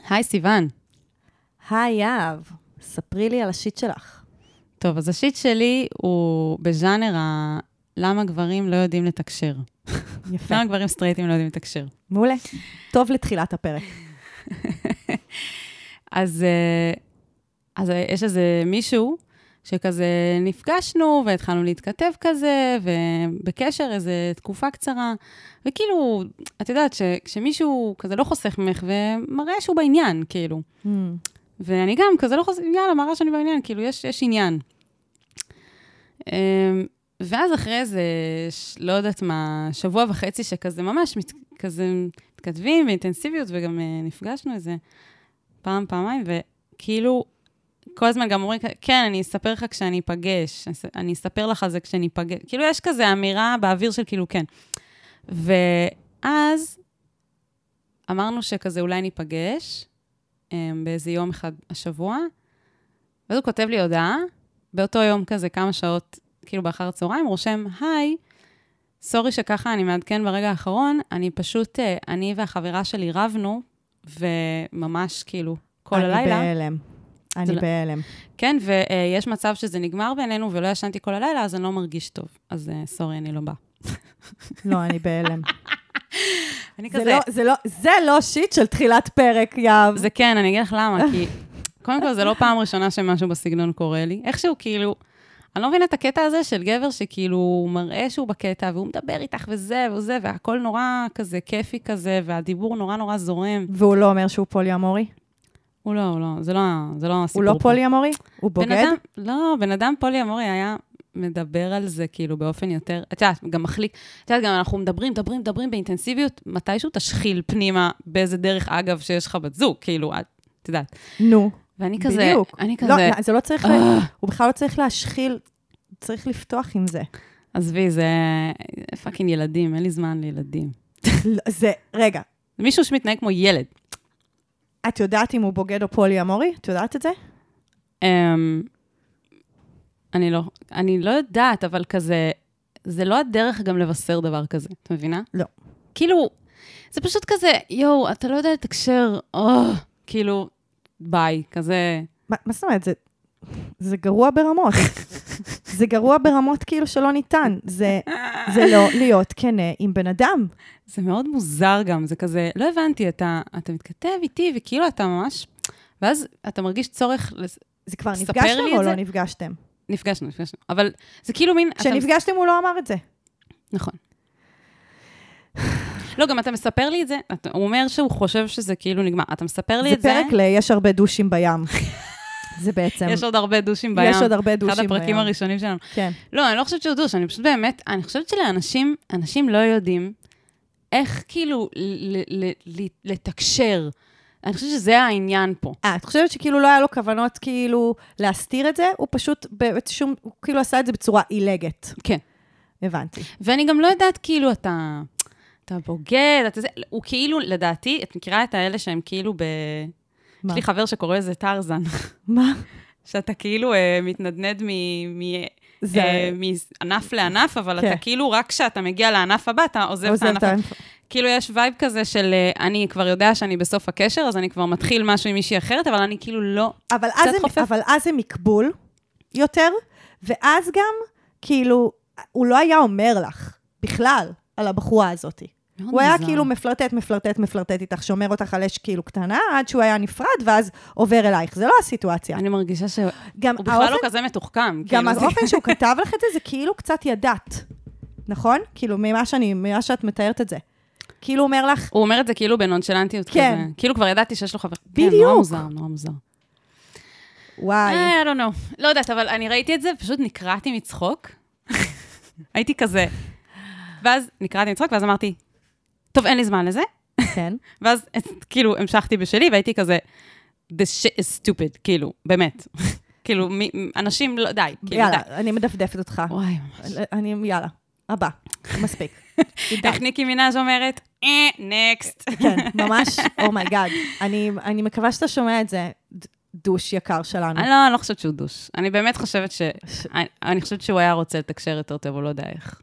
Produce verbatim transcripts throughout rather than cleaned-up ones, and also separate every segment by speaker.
Speaker 1: היי סיוון.
Speaker 2: היי יאב, ספרי לי על השיט שלך.
Speaker 1: טוב, אז השיט שלי הוא בז'אנר ה... למה גברים לא יודעים לתקשר.
Speaker 2: יפה.
Speaker 1: למה גברים סטרייטים לא יודעים לתקשר.
Speaker 2: מעולה. טוב לתחילת הפרק.
Speaker 1: אז, אז יש איזה מישהו שכזה נפגשנו והתחלנו להתכתב כזה, ובקשר איזה תקופה קצרה, וכאילו, את יודעת שכשמישהו כזה לא חוסך ממך ומראה שהוא בעניין, כאילו. Mm. ואני גם כזה לא חוסך, יאללה, מראה שאני בעניין, כאילו, יש, יש עניין. ואז אחרי איזה, לא יודעת מה, שבוע וחצי שכזה ממש מת, כזה מתכתבים באינטנסיביות, וגם נפגשנו איזה פעם, פעמיים, וכאילו, כל הזמן גם אומרים, כן, אני אספר לך כשאני אפגש, אני אספר לך על זה כשאני אפגש, כאילו יש כזה אמירה באוויר של כאילו כן. ואז אמרנו שכזה אולי ניפגש, באיזה יום אחד השבוע, ואז הוא כותב לי הודעה, באותו יום כזה כמה שעות, כאילו באחר הצהריים, רושם, היי, סורי שככה אני מעדכן ברגע האחרון, אני פשוט, אני והחברה שלי רבנו, וממש כאילו כל
Speaker 2: אני
Speaker 1: הלילה.
Speaker 2: אני בהלם. אני בהלם.
Speaker 1: כן, ויש מצב שזה נגמר בינינו, ולא ישנתי כל הלילה, אז אני לא מרגיש טוב. אז סורי, אני לא באה.
Speaker 2: לא, אני בהלם.
Speaker 1: אני
Speaker 2: זה
Speaker 1: כזה...
Speaker 2: לא, זה לא, זה לא שיט של תחילת פרק, יאב.
Speaker 1: זה כן, אני אגיד לך למה, כי קודם כל, זה לא פעם ראשונה שמשהו בסגנון קורה לי. איכשהו, כאילו, אני לא מבינה את הקטע הזה של גבר שכאילו מראה שהוא בקטע, והוא מדבר איתך וזה וזה, והכל נורא כזה כיפי כזה, והדיבור נורא נורא זורם.
Speaker 2: והוא לא אומר שהוא פוליאמורי?
Speaker 1: הוא לא, הוא לא, זה לא, זה לא הסיפור.
Speaker 2: הוא לא פוליאמורי? הוא בוגד?
Speaker 1: אדם, לא, בן אדם פוליאמורי היה מדבר על זה כאילו באופן יותר, את יודעת, גם מחליק, את יודעת, גם אנחנו מדברים, מדברים, מדברים באינטנסיביות, מתישהו תשחיל פנימה באיזה דרך, אגב, שיש לך בת זוג, כאילו, את יודעת.
Speaker 2: נו,
Speaker 1: ואני כזה,
Speaker 2: בדיוק.
Speaker 1: אני כזה...
Speaker 2: לא, זה לא צריך, הוא בכלל לא צריך להשחיל, צריך לפתוח עם זה.
Speaker 1: עזבי, זה פאקינג ילדים, אין לי זמן לילדים.
Speaker 2: זה, רגע.
Speaker 1: זה מישהו שמתנהג כמו ילד.
Speaker 2: את יודעת אם הוא בוגד או פוליאמורי? את יודעת את זה?
Speaker 1: אני לא, אני לא יודעת, אבל כזה, זה לא הדרך גם לבשר דבר כזה, את מבינה?
Speaker 2: לא.
Speaker 1: כאילו, זה פשוט כזה, יואו, אתה לא יודע לתקשר, או, כאילו, ביי, כזה...
Speaker 2: מה, מה זאת אומרת? זה, זה גרוע ברמות. זה גרוע ברמות כאילו שלא ניתן. זה, זה לא להיות כנה עם בן אדם.
Speaker 1: זה מאוד מוזר גם, זה כזה, לא הבנתי, אתה, אתה מתכתב איתי, וכאילו אתה ממש... ואז אתה מרגיש צורך...
Speaker 2: זה כבר נפגשתם או לא נפגשתם?
Speaker 1: נפגשנו, נפגשנו. אבל זה כאילו מין...
Speaker 2: כשנפגשתם הוא לא אמר את זה.
Speaker 1: נכון. לא, גם אתה מספר לי את זה, הוא אומר שהוא חושב שזה כאילו נגמר. אתה מספר לי את זה...
Speaker 2: זה פרק ל... יש הרבה דושים בים. זה בעצם...
Speaker 1: יש עוד הרבה דושים בים.
Speaker 2: יש עוד הרבה דושים בים.
Speaker 1: אחד הפרקים הראשונים שלנו.
Speaker 2: כן.
Speaker 1: לא, אני לא חושבת שהוא דוש, אני פשוט באמת, אני חושבת שלאנשים, אנשים לא יודעים איך כאילו לתקשר. אני חושבת שזה העניין פה.
Speaker 2: אה, את חושבת שכאילו לא היה לו כוונות כאילו להסתיר את זה? הוא פשוט, בשום, הוא כאילו עשה את זה בצורה אילגת.
Speaker 1: כן.
Speaker 2: הבנתי.
Speaker 1: ואני גם לא יודעת כאילו אתה, אתה בוגד, אתה זה, הוא כאילו, לדעתי, את מכירה את האלה שהם כאילו ב... יש לי חבר שקורא לזה טרזן.
Speaker 2: מה?
Speaker 1: שאתה כאילו אה, מתנדנד מענף לענף, אבל אתה כאילו רק כשאתה מגיע לענף הבא, אתה עוזב את הענף. כאילו יש וייב כזה של, אני כבר יודע שאני בסוף הקשר, אז אני כבר מתחיל משהו עם מישהי אחרת, אבל אני כאילו לא...
Speaker 2: אבל אז, זה, אבל אז זה מקבול יותר, ואז גם, כאילו, הוא לא היה אומר לך, בכלל, על הבחורה הזאת. הוא היה כאילו מפלרטט, מפלרטט, מפלרטט איתך, שומר אותך על אש כאילו קטנה, עד שהוא היה נפרד, ואז עובר אלייך. זה לא הסיטואציה.
Speaker 1: אני מרגישה שהוא בכלל לא כזה מתוחכם.
Speaker 2: גם האופן שהוא כתב לך את זה, זה כאילו קצת ידעת. נכון? כאילו, ממה שאני, ממה שאת מתארת את זה. כאילו הוא אומר לך...
Speaker 1: הוא אומר את זה כאילו בנונשלנטיות כזה. כאילו כבר ידעתי שיש לו חבר.
Speaker 2: בדיוק.
Speaker 1: נורא מוזר, נורא מוזר.
Speaker 2: וואי.
Speaker 1: I don't know. לא יודעת, אבל אני ראיתי את זה, פשוט נקרעתי מצחוק. הייתי כזה. ואז נקרעתי מצחוק, ואז אמרתי, טוב, אין לי זמן לזה.
Speaker 2: כן.
Speaker 1: ואז כאילו המשכתי בשלי, והייתי כזה, this shit is stupid, כאילו, באמת. כאילו, אנשים, לא, די.
Speaker 2: יאללה, אני מדפדפת אותך.
Speaker 1: וואי, ממש.
Speaker 2: אני, יאללה, הבא, מספיק.
Speaker 1: איך ניקי מינאז' אומרת? אה, נקסט.
Speaker 2: כן, ממש, אומייגאד. אני מקווה שאתה שומע את זה, דוש יקר שלנו.
Speaker 1: לא, אני לא חושבת שהוא דוש. אני באמת חושבת ש... אני חושבת שהוא היה רוצה לתקשר יותר טוב, הוא לא יודע איך.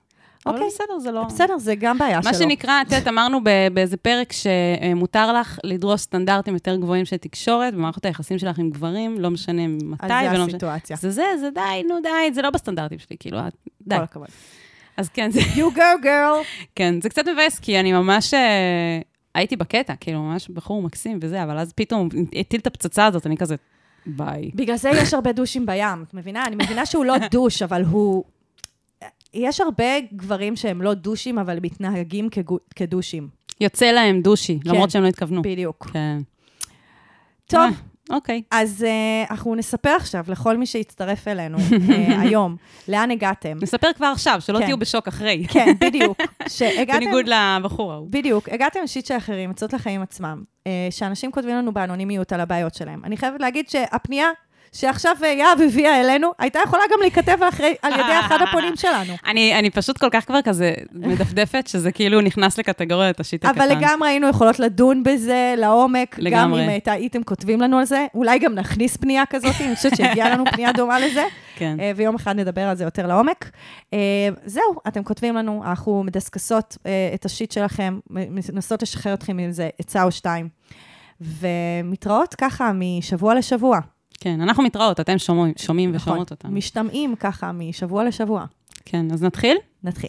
Speaker 1: אבל בסדר, זה לא...
Speaker 2: בסדר, זה גם בעיה שלו.
Speaker 1: מה שנקרא, תת, אמרנו באיזה פרק שמותר לך לדרוש סטנדרטים יותר גבוהים של תקשורת, במערכות היחסים שלך עם גברים, לא משנה מתי.
Speaker 2: אז זה הסיטואציה.
Speaker 1: זה זה, זה די, נו די, זה לא בסטנדרטים שלי, כאילו, די.
Speaker 2: כל הכבוד.
Speaker 1: אז כן, זה...
Speaker 2: You go, girl.
Speaker 1: כן, זה קצת מבאס, כי אני ממש... הייתי בקטע, כאילו, ממש בחור מקסים וזה, אבל אז פתאום הטיל את הפצצה הזאת, אני כזה, ביי.
Speaker 2: בגלל זה יש הרבה דושים בים, את מבינה? אני מבינה שהוא לא דוש, אבל הוא... יש הרבה גברים שהם לא דושים, אבל מתנהגים כדושים. יוצא
Speaker 1: להם דושי, למרות שהם לא התכוונו.
Speaker 2: בדיוק.
Speaker 1: כן.
Speaker 2: טוב.
Speaker 1: אוקיי.
Speaker 2: אז uh, אנחנו נספר עכשיו לכל מי שיצטרף אלינו uh, היום, לאן הגעתם.
Speaker 1: נספר כבר עכשיו, שלא כן. תהיו בשוק אחרי.
Speaker 2: כן, בדיוק. שהגעתם,
Speaker 1: בניגוד לבחור ההוא.
Speaker 2: בדיוק, הגעתם לשיט של אחרים, יוצאות לחיים עצמם, uh, שאנשים כותבים לנו באנונימיות על הבעיות שלהם. אני חייבת להגיד שהפנייה שעכשיו יאב הביאה אלינו, הייתה יכולה גם להיכתב אחרי, על ידי אחד הפונים שלנו.
Speaker 1: אני, אני פשוט כל כך כבר כזה מדפדפת, שזה כאילו נכנס לקטגוריית השיט הקטן.
Speaker 2: אבל לגמרי היינו יכולות לדון בזה, לעומק, לגמרי. גם אם הייתם כותבים לנו על זה, אולי גם נכניס פנייה כזאת, אני חושבת שהגיעה לנו פנייה דומה לזה,
Speaker 1: כן.
Speaker 2: ויום אחד נדבר על זה יותר לעומק. זהו, אתם כותבים לנו, אנחנו מדסקסות את השיט שלכם, מנסות לשחרר אתכם עם זה עצה או שתיים, ומתראות ככה משבוע לשבוע.
Speaker 1: כן, אנחנו מתראות, אתם שומעים, שומעים נכון, ושומעות אותנו.
Speaker 2: משתמעים ככה משבוע לשבוע.
Speaker 1: כן, אז נתחיל?
Speaker 2: נתחיל.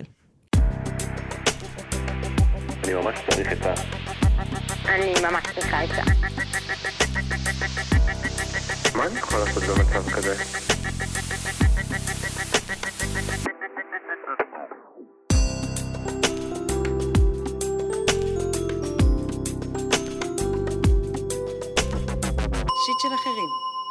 Speaker 3: אני ממש צריך את ה...
Speaker 4: אני ממש צריכה את ה...
Speaker 3: מה אני יכול לעשות במצב כזה?
Speaker 1: שיט של אחרים.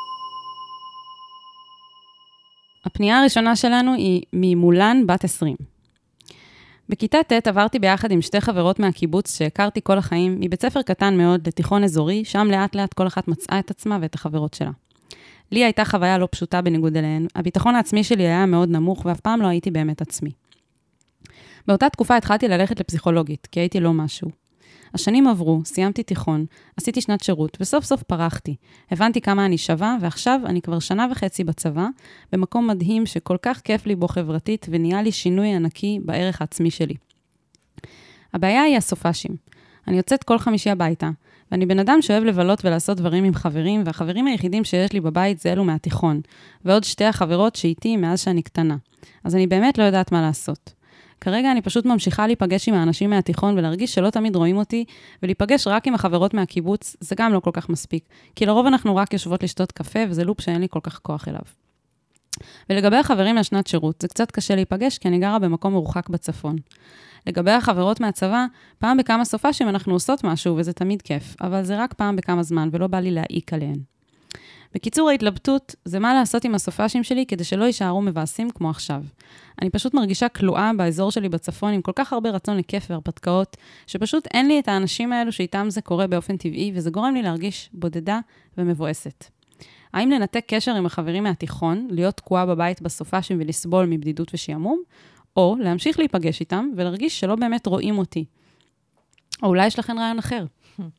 Speaker 1: הפנייה הראשונה שלנו היא ממולן בת עשרים. בכיתה ט' עברתי ביחד עם שתי חברות מהקיבוץ שהכרתי כל החיים, מבית ספר קטן מאוד לתיכון אזורי, שם לאט לאט כל אחת מצאה את עצמה ואת החברות שלה. לי הייתה חוויה לא פשוטה בניגוד אליהן, הביטחון העצמי שלי היה מאוד נמוך ואף פעם לא הייתי באמת עצמי. באותה תקופה התחלתי ללכת לפסיכולוגית, כי הייתי לא משהו. השנים עברו, סיימתי תיכון, עשיתי שנת שירות, וסוף סוף פרחתי. הבנתי כמה אני שווה, ועכשיו אני כבר שנה וחצי בצבא, במקום מדהים שכל כך כיף לי בו חברתית, ונהיה לי שינוי ענקי בערך העצמי שלי. הבעיה היא הסופשים. אני יוצאת כל חמישי הביתה, ואני בן אדם שאוהב לבלות ולעשות דברים עם חברים, והחברים היחידים שיש לי בבית זה אלו מהתיכון, ועוד שתי החברות שאיתי מאז שאני קטנה. אז אני באמת לא יודעת מה לעשות. כרגע אני פשוט ממשיכה להיפגש עם האנשים מהתיכון ולהרגיש שלא תמיד רואים אותי, ולהיפגש רק עם החברות מהקיבוץ, זה גם לא כל כך מספיק. כי לרוב אנחנו רק יושבות לשתות קפה, וזה לופ שאין לי כל כך כוח אליו. ולגבי החברים מהשנת שירות, זה קצת קשה להיפגש, כי אני גרה במקום מרוחק בצפון. לגבי החברות מהצבא, פעם בכמה סופשים אנחנו עושות משהו, וזה תמיד כיף, אבל זה רק פעם בכמה זמן, ולא בא לי להעיק עליהן. בקיצור, ההתלבטות זה מה לעשות עם הסופשים שלי כדי שלא יישארו מבאסים כמו עכשיו. אני פשוט מרגישה כלואה באזור שלי בצפון עם כל כך הרבה רצון לכיף והרפתקאות, שפשוט אין לי את האנשים האלו שאיתם זה קורה באופן טבעי, וזה גורם לי להרגיש בודדה ומבואסת. האם לנתק קשר עם החברים מהתיכון, להיות תקועה בבית בסופשים ולסבול מבדידות ושיעמום, או להמשיך להיפגש איתם ולהרגיש שלא באמת רואים אותי? או אולי יש לכם רעיון אחר?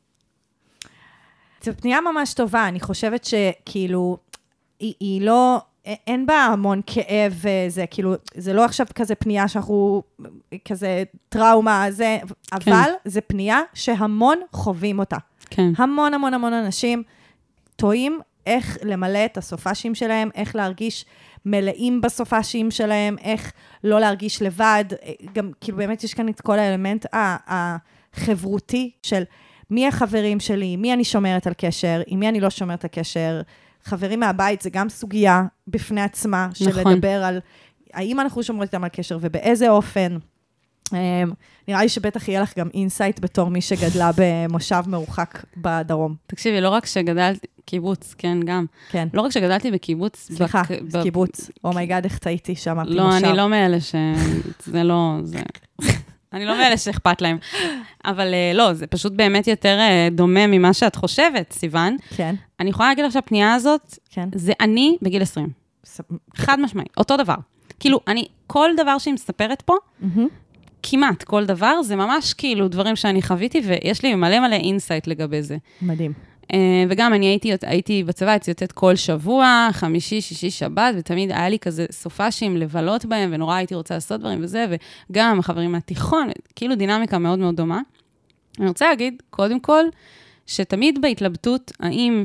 Speaker 2: זו פנייה ממש טובה, אני חושבת שכאילו, היא, היא לא, אין בה המון כאב, זה כאילו, זה לא עכשיו כזה פנייה שאנחנו, כזה טראומה, זה, כן. אבל זה פנייה שהמון חווים אותה.
Speaker 1: כן.
Speaker 2: המון המון המון אנשים טועים איך למלא את הסופשים שלהם, איך להרגיש מלאים בסופשים שלהם, איך לא להרגיש לבד, גם כאילו באמת יש כאן את כל האלמנט החברותי של מי החברים שלי, מי אני שומרת על קשר, עם מי אני לא שומרת על קשר. חברים מהבית זה גם סוגיה בפני עצמה, של נכון. לדבר על האם אנחנו שומרות איתם על קשר ובאיזה אופן. נראה לי שבטח יהיה לך גם אינסייט בתור מי שגדלה במושב מרוחק בדרום.
Speaker 1: תקשיבי, לא רק שגדלתי, קיבוץ, כן, גם.
Speaker 2: כן.
Speaker 1: לא רק שגדלתי בקיבוץ.
Speaker 2: סליחה, בק... קיבוץ. אומייגאד, איך טעיתי שם,
Speaker 1: לא, מושב. אני לא מאלה ש... זה לא... זה... אני לא מאלה שאכפת להם. אבל לא, זה פשוט באמת יותר דומה ממה שאת חושבת, סיוון.
Speaker 2: כן.
Speaker 1: אני יכולה להגיד לך שהפנייה הזאת,
Speaker 2: כן.
Speaker 1: זה אני בגיל עשרים. ס... חד משמעי, אותו דבר. כאילו, אני, כל דבר שהיא מספרת פה, כמעט כל דבר, זה ממש כאילו דברים שאני חוויתי, ויש לי מלא מלא אינסייט לגבי זה.
Speaker 2: מדהים.
Speaker 1: Uh, וגם אני הייתי, הייתי בצבא, הייתי יוצאת כל שבוע, חמישי, שישי, שבת, ותמיד היה לי כזה סופשים לבלות בהם, ונורא הייתי רוצה לעשות דברים וזה, וגם החברים מהתיכון, כאילו דינמיקה מאוד מאוד דומה. אני רוצה להגיד, קודם כל, שתמיד בהתלבטות, האם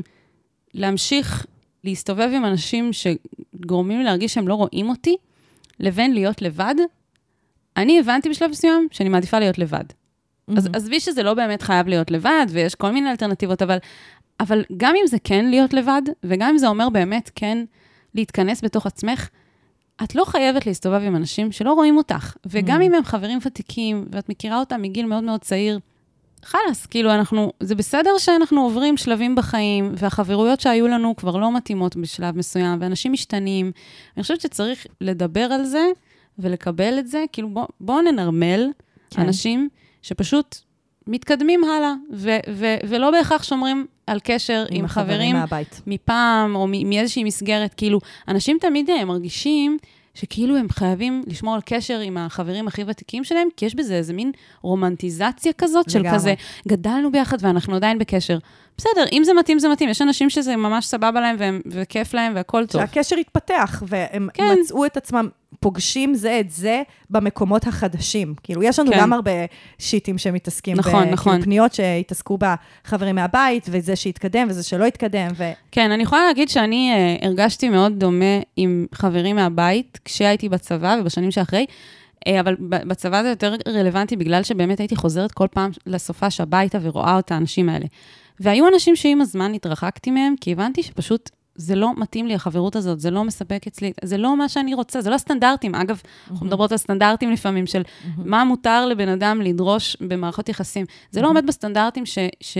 Speaker 1: להמשיך להסתובב עם אנשים שגורמים לי להרגיש שהם לא רואים אותי, לבין להיות לבד, אני הבנתי בשלב מסוים שאני מעדיפה להיות לבד. אז עזבי שזה לא באמת חייב להיות לבד, ויש כל מיני אלטרנטיבות, אבל, אבל גם אם זה כן להיות לבד, וגם אם זה אומר באמת כן להתכנס בתוך עצמך, את לא חייבת להסתובב עם אנשים שלא רואים אותך. וגם אם הם חברים ותיקים, ואת מכירה אותם מגיל מאוד מאוד צעיר, חלס, כאילו אנחנו, זה בסדר שאנחנו עוברים שלבים בחיים, והחברויות שהיו לנו כבר לא מתאימות בשלב מסוים, ואנשים משתנים. אני חושבת שצריך לדבר על זה, ולקבל את זה, כאילו בוא, בוא ננרמל כן. אנשים שפשוט מתקדמים הלאה, ו- ו- ולא בהכרח שומרים על קשר עם, עם חברים מהבית. מפעם, או מ- מאיזושהי מסגרת, כאילו, אנשים תמיד הם מרגישים שכאילו הם חייבים לשמור על קשר עם החברים הכי ותיקים שלהם, כי יש בזה איזה מין רומנטיזציה כזאת, של לגמרי. כזה, גדלנו ביחד ואנחנו עדיין בקשר. בסדר, אם זה מתאים, זה מתאים. יש אנשים שזה ממש סבבה להם, והם, וכיף להם, והכל טוב.
Speaker 2: שהקשר יתפתח, והם כן. מצאו את עצמם, פוגשים זה את זה במקומות החדשים. כאילו, יש לנו כן. גם הרבה שיטים שמתעסקים,
Speaker 1: נכון, ב- נכון.
Speaker 2: כאילו, פניות שהתעסקו בחברים מהבית, וזה שהתקדם, וזה שלא התקדם. ו...
Speaker 1: כן, אני יכולה להגיד שאני uh, הרגשתי מאוד דומה עם חברים מהבית, כשהייתי בצבא ובשנים שאחרי, uh, אבל בצבא זה יותר רלוונטי, בגלל שבאמת הייתי חוזרת כל פעם לסופש הביתה, ורואה את האנשים האלה. והיו אנשים שעם הזמן התרחקתי מהם, כי הבנתי שפשוט זה לא מתאים לי, החברות הזאת, זה לא מספק אצלי, זה לא מה שאני רוצה, זה לא סטנדרטים. אגב, אנחנו מדברות על סטנדרטים לפעמים, של מה מותר לבן אדם לדרוש במערכות יחסים. זה לא עומד בסטנדרטים ש, ש,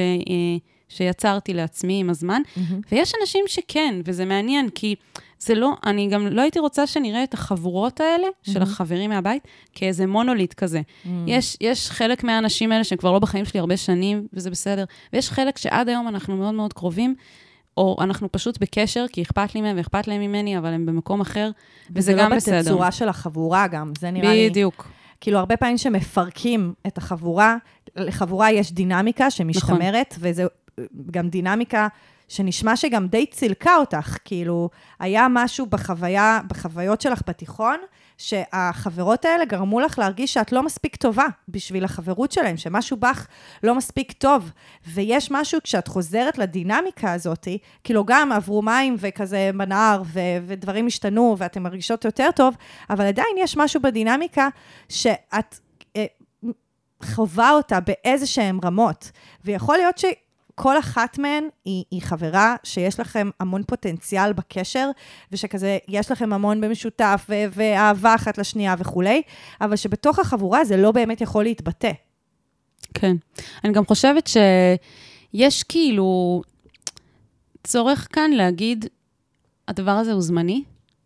Speaker 1: שיצרתי לעצמי עם הזמן, ויש אנשים שכן, וזה מעניין, כי זה לא, אני גם לא הייתי רוצה שנראה את החבורות האלה, של החברים מהבית, כאיזה מונוליט כזה. יש, יש חלק מהאנשים האלה שכבר לא בחיים שלי הרבה שנים, וזה בסדר, ויש חלק שעד היום אנחנו מאוד מאוד קרובים, או אנחנו פשוט בקשר, כי אכפת לי מהם ואכפת להם ממני, אבל הם במקום אחר, וזה גם בסדר.
Speaker 2: וזה לא בתצורה של החבורה גם, זה נראה לי...
Speaker 1: בדיוק.
Speaker 2: כאילו, הרבה פעמים שמפרקים את החבורה, לחבורה יש דינמיקה שמשתמרת, וזה גם דינמיקה שנשמע שגם די צילקה אותך, כאילו, היה משהו בחוויה, בחוויות שלך בתיכון, שהחברות האלה גרמו לך להרגיש שאת לא מספיק טובה בשביל החברות שלהם, שמשהו בך לא מספיק טוב, ויש משהו כשאת חוזרת לדינמיקה הזאת, כאילו גם עברו מים וכזה בנהר, ו- ודברים השתנו, ואתם מרגישות יותר טוב, אבל עדיין יש משהו בדינמיקה שאת אה, חובה אותה באיזשהם רמות, ויכול להיות ש... כל אחת מהן היא, היא חברה שיש לכם המון פוטנציאל בקשר, ושכזה יש לכם המון במשותף, ו- ואהבה אחת לשנייה וכולי, אבל שבתוך החבורה זה לא באמת יכול להתבטא.
Speaker 1: כן. אני גם חושבת שיש כאילו צורך כאן להגיד, הדבר הזה הוא זמני,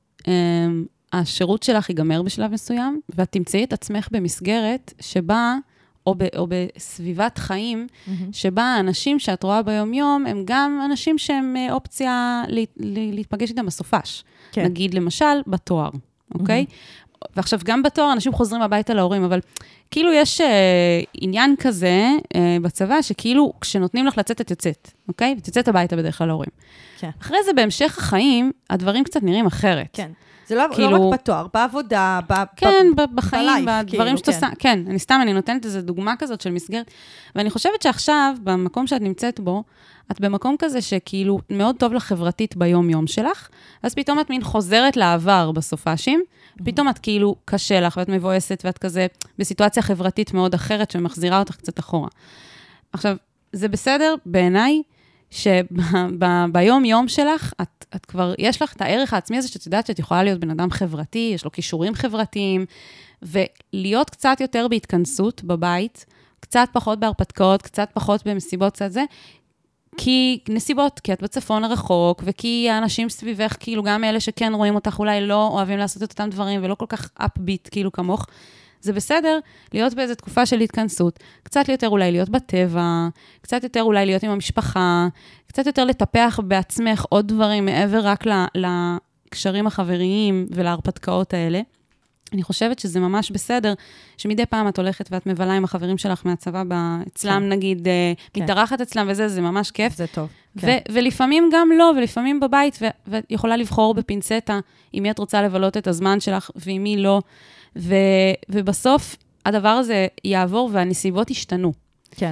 Speaker 1: השירות שלך ייגמר בשלב מסוים, ואת תמצאי את עצמך במסגרת שבה... או, ב, או בסביבת חיים, mm-hmm. שבה האנשים שאת רואה ביום-יום, הם גם אנשים שהם אופציה לה, להתפגש איתם בסופש. כן. נגיד, למשל, בתואר, אוקיי? Mm-hmm. ועכשיו, גם בתואר, אנשים חוזרים הביתה להורים, אבל כאילו יש אה, עניין כזה אה, בצבא, שכאילו כשנותנים לך לצאת, את יוצאת, אוקיי? את יוצאת הביתה בדרך כלל להורים. כן. אחרי זה, בהמשך החיים, הדברים קצת נראים אחרת.
Speaker 2: כן. זה לא, כאילו, לא רק בתואר, בעבודה, ב,
Speaker 1: כן,
Speaker 2: ב,
Speaker 1: בחיים, בלייף, בדברים כאילו, שאתה עושה, כן. כן, אני סתם, אני נותנת איזו דוגמה כזאת של מסגרת, ואני חושבת שעכשיו, במקום שאת נמצאת בו, את במקום כזה שכאילו מאוד טוב לך חברתית ביום-יום שלך, אז פתאום את מין חוזרת לעבר בסופשים, פתאום את כאילו קשה לך, ואת מבואסת, ואת כזה בסיטואציה חברתית מאוד אחרת, שמחזירה אותך קצת אחורה. עכשיו, זה בסדר בעיניי, שביום-יום שלך, את, את כבר, יש לך את הערך העצמי הזה, שאת יודעת שאת יכולה להיות בן אדם חברתי, יש לו כישורים חברתיים, ולהיות קצת יותר בהתכנסות בבית, קצת פחות בהרפתקאות, קצת פחות במסיבות, קצת זה, כי נסיבות, כי את בצפון הרחוק, וכי האנשים סביבך, כאילו גם אלה שכן רואים אותך, אולי לא אוהבים לעשות את אותם דברים, ולא כל כך אפביט, כאילו כמוך, זה בסדר להיות באיזו תקופה של התכנסות, קצת יותר אולי להיות בטבע, קצת יותר אולי להיות עם המשפחה, קצת יותר לטפח בעצמך עוד דברים מעבר רק לקשרים החבריים ולהרפתקאות האלה. אני חושבת שזה ממש בסדר, שמדי פעם את הולכת ואת מבלה עם החברים שלך מהצבא, אצלם כן. נגיד, כן. מתארחת אצלם וזה, זה ממש כיף.
Speaker 2: זה טוב.
Speaker 1: ו- כן. ולפעמים גם לא, ולפעמים בבית, ו- ואת יכולה לבחור בפינצטה, עם מי את רוצה לבלות את הזמן שלך, ועם מי לא. ו- ובסוף, הדבר הזה יעבור, והנסיבות ישתנו.
Speaker 2: כן.